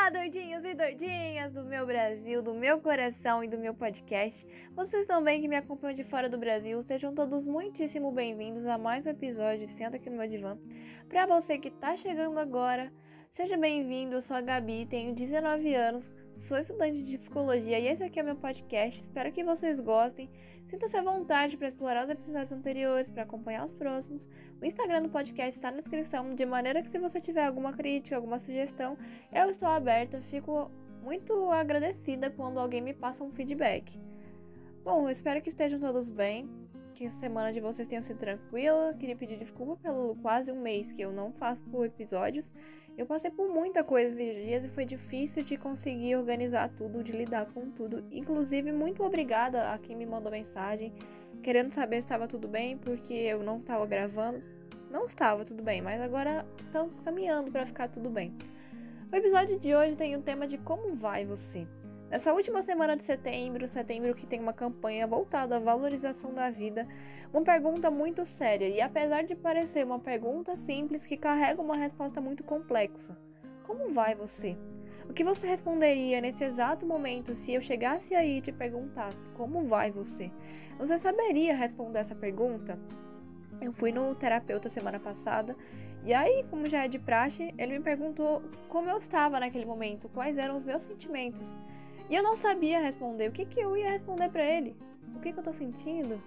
Olá, doidinhos e doidinhas do meu Brasil, do meu coração e do meu podcast. Vocês também que me acompanham de fora do Brasil, sejam todos muitíssimo bem-vindos a mais um episódio de Senta Aqui no Meu Divã. Pra você que tá chegando agora, seja bem-vindo, eu sou a Gabi, tenho 19 anos, sou estudante de psicologia e esse aqui é o meu podcast. Espero que vocês gostem. Sintam-se à vontade para explorar os episódios anteriores, para acompanhar os próximos. O Instagram do podcast está na descrição, de maneira que se você tiver alguma crítica, alguma sugestão, eu estou aberta, fico muito agradecida quando alguém me passa um feedback. Bom, eu espero que estejam todos bem, que a semana de vocês tenha sido tranquila. Queria pedir desculpa pelo quase um mês que eu não faço por episódios. Eu passei por muita coisa esses dias e foi difícil de conseguir organizar tudo, de lidar com tudo. Inclusive, muito obrigada a quem me mandou mensagem, querendo saber se estava tudo bem, porque eu não estava gravando. Não estava tudo bem, mas agora estamos caminhando para ficar tudo bem. O episódio de hoje tem o tema de como vai você. Nessa última semana de setembro que tem uma campanha voltada à valorização da vida, uma pergunta muito séria e apesar de parecer uma pergunta simples que carrega uma resposta muito complexa. Como vai você? O que você responderia nesse exato momento se eu chegasse aí e te perguntasse como vai você? Você saberia responder essa pergunta? Eu fui no terapeuta semana passada e aí, como já é de praxe, ele me perguntou como eu estava naquele momento, quais eram os meus sentimentos. E eu não sabia responder. O que eu ia responder pra ele? O que eu tô sentindo?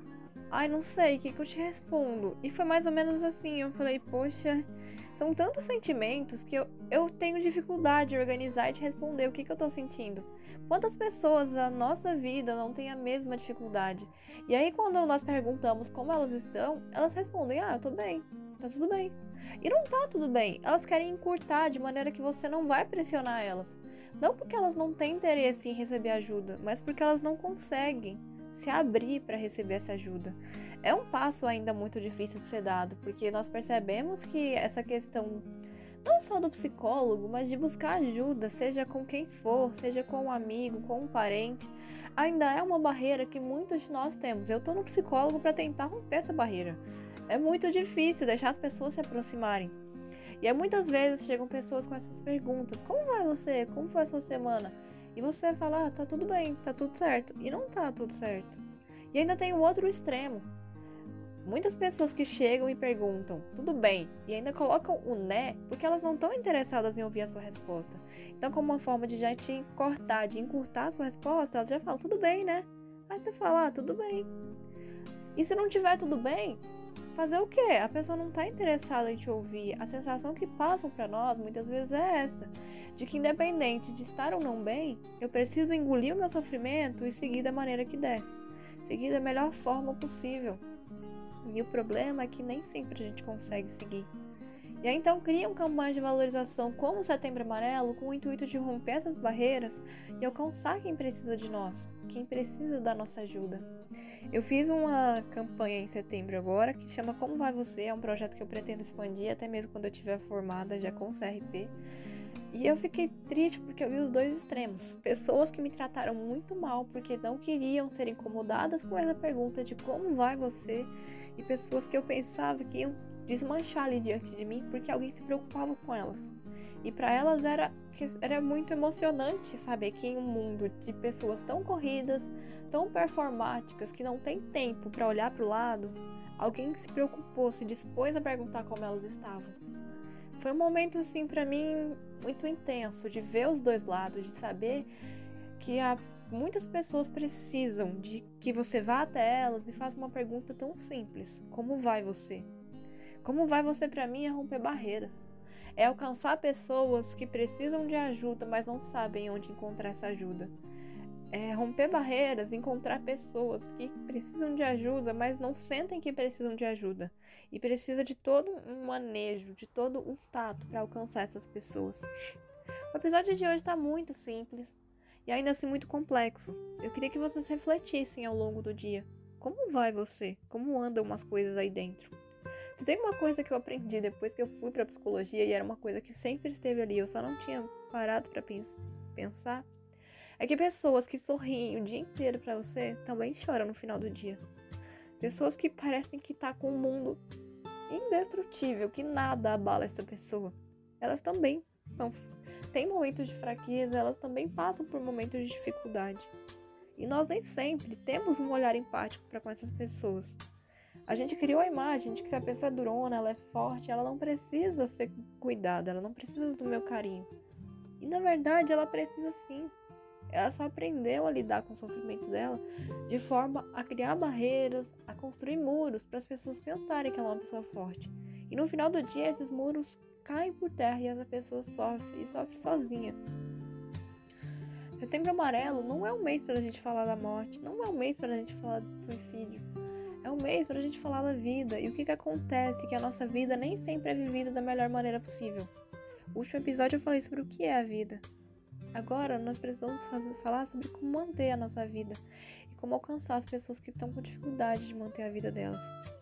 Ai, não sei, o que eu te respondo? E foi mais ou menos assim, eu falei, poxa, são tantos sentimentos que eu tenho dificuldade de organizar e te responder o que eu tô sentindo. Quantas pessoas na nossa vida não têm a mesma dificuldade? E aí, quando nós perguntamos como elas estão, elas respondem, eu tô bem, tá tudo bem. E não tá tudo bem, elas querem encurtar de maneira que você não vai pressionar elas. Não porque elas não têm interesse em receber ajuda, mas porque elas não conseguem se abrir para receber essa ajuda. É um passo ainda muito difícil de ser dado, porque nós percebemos que essa questão, não só do psicólogo, mas de buscar ajuda, seja com quem for, seja com um amigo, com um parente, ainda é uma barreira que muitos de nós temos. Eu tô no psicólogo para tentar romper essa barreira. É muito difícil deixar as pessoas se aproximarem. E aí muitas vezes chegam pessoas com essas perguntas: como vai você? Como foi a sua semana? E você fala, tá tudo bem, tá tudo certo. E não tá tudo certo. E ainda tem o outro extremo. Muitas pessoas que chegam e perguntam, tudo bem, e ainda colocam o né, porque elas não estão interessadas em ouvir a sua resposta. Então, como uma forma de já te cortar, de encurtar a sua resposta, elas já falam, tudo bem, né? Aí você fala, tudo bem. E se não tiver tudo bem, fazer o quê? A pessoa não tá interessada em te ouvir. A sensação que passam pra nós muitas vezes é essa, de que independente de estar ou não bem, eu preciso engolir o meu sofrimento e seguir da maneira que der. Seguir da melhor forma possível. E o problema é que nem sempre a gente consegue seguir. E aí então criam campanhas de valorização como o Setembro Amarelo com o intuito de romper essas barreiras e alcançar quem precisa de nós, quem precisa da nossa ajuda. Eu fiz uma campanha em setembro agora que chama Como Vai Você? É um projeto que eu pretendo expandir até mesmo quando eu estiver formada já com o CRP. E eu fiquei triste porque eu vi os dois extremos. Pessoas que me trataram muito mal porque não queriam ser incomodadas com essa pergunta de como vai você? E pessoas que eu pensava que iam desmanchar ali diante de mim porque alguém se preocupava com elas. E para elas era muito emocionante saber que em um mundo de pessoas tão corridas, tão performáticas, que não tem tempo para olhar para o lado, alguém se preocupou, se dispôs a perguntar como elas estavam. Foi um momento assim para mim muito intenso de ver os dois lados, de saber que muitas pessoas precisam de que você vá até elas e faça uma pergunta tão simples: como vai você? Como vai você para mim é romper barreiras. É alcançar pessoas que precisam de ajuda, mas não sabem onde encontrar essa ajuda. É romper barreiras, encontrar pessoas que precisam de ajuda, mas não sentem que precisam de ajuda. E precisa de todo um manejo, de todo um tato para alcançar essas pessoas. O episódio de hoje está muito simples e ainda assim muito complexo. Eu queria que vocês refletissem ao longo do dia. Como vai você? Como andam umas coisas aí dentro? Se tem uma coisa que eu aprendi depois que eu fui pra psicologia, e era uma coisa que sempre esteve ali, eu só não tinha parado pra pensar, é que pessoas que sorriem o dia inteiro pra você também choram no final do dia. Pessoas que parecem que tá com um mundo indestrutível, que nada abala essa pessoa. Elas também têm momentos de fraqueza, elas também passam por momentos de dificuldade. E nós nem sempre temos um olhar empático para com essas pessoas. A gente criou a imagem de que se a pessoa é durona, ela é forte, ela não precisa ser cuidada, ela não precisa do meu carinho. E na verdade ela precisa sim. Ela só aprendeu a lidar com o sofrimento dela de forma a criar barreiras, a construir muros para as pessoas pensarem que ela é uma pessoa forte. E no final do dia esses muros caem por terra e essa pessoa sofre e sofre sozinha. Setembro Amarelo não é um mês para a gente falar da morte, não é um mês para a gente falar do suicídio. É um mês para a gente falar da vida e o que acontece, que a nossa vida nem sempre é vivida da melhor maneira possível. No último episódio eu falei sobre o que é a vida. Agora nós precisamos falar sobre como manter a nossa vida e como alcançar as pessoas que estão com dificuldade de manter a vida delas.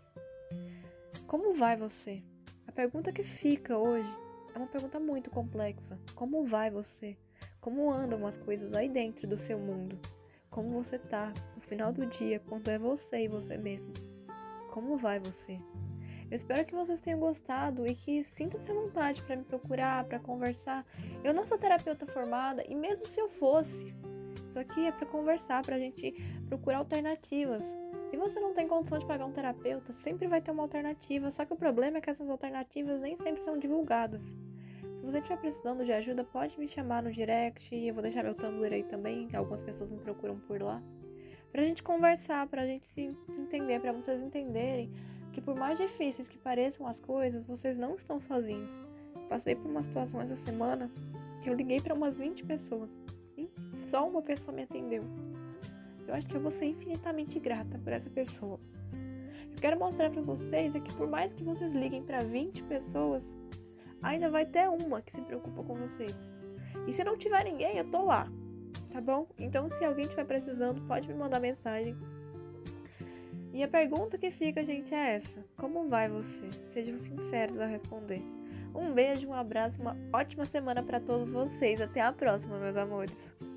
Como vai você? A pergunta que fica hoje é uma pergunta muito complexa. Como vai você? Como andam as coisas aí dentro do seu mundo? Como você tá no final do dia, quando é você e você mesmo? Como vai você? Eu espero que vocês tenham gostado e que sintam-se à vontade para me procurar, para conversar. Eu não sou terapeuta formada e mesmo se eu fosse, isso aqui é para conversar, para a gente procurar alternativas. Se você não tem condição de pagar um terapeuta, sempre vai ter uma alternativa, só que o problema é que essas alternativas nem sempre são divulgadas. Se você estiver precisando de ajuda, pode me chamar no direct, eu vou deixar meu Tumblr aí também, que algumas pessoas me procuram por lá. Pra gente conversar, pra gente se entender, pra vocês entenderem que por mais difíceis que pareçam as coisas, vocês não estão sozinhos. Passei por uma situação essa semana que eu liguei pra umas 20 pessoas e só uma pessoa me atendeu. Eu acho que eu vou ser infinitamente grata por essa pessoa. Eu quero mostrar pra vocês é que por mais que vocês liguem pra 20 pessoas, ainda vai ter uma que se preocupa com vocês. E se não tiver ninguém, eu tô lá, tá bom? Então se alguém estiver precisando, pode me mandar mensagem. E a pergunta que fica, gente, é essa: como vai você? Sejam sinceros ao responder. Um beijo, um abraço, uma ótima semana pra todos vocês. Até a próxima, meus amores.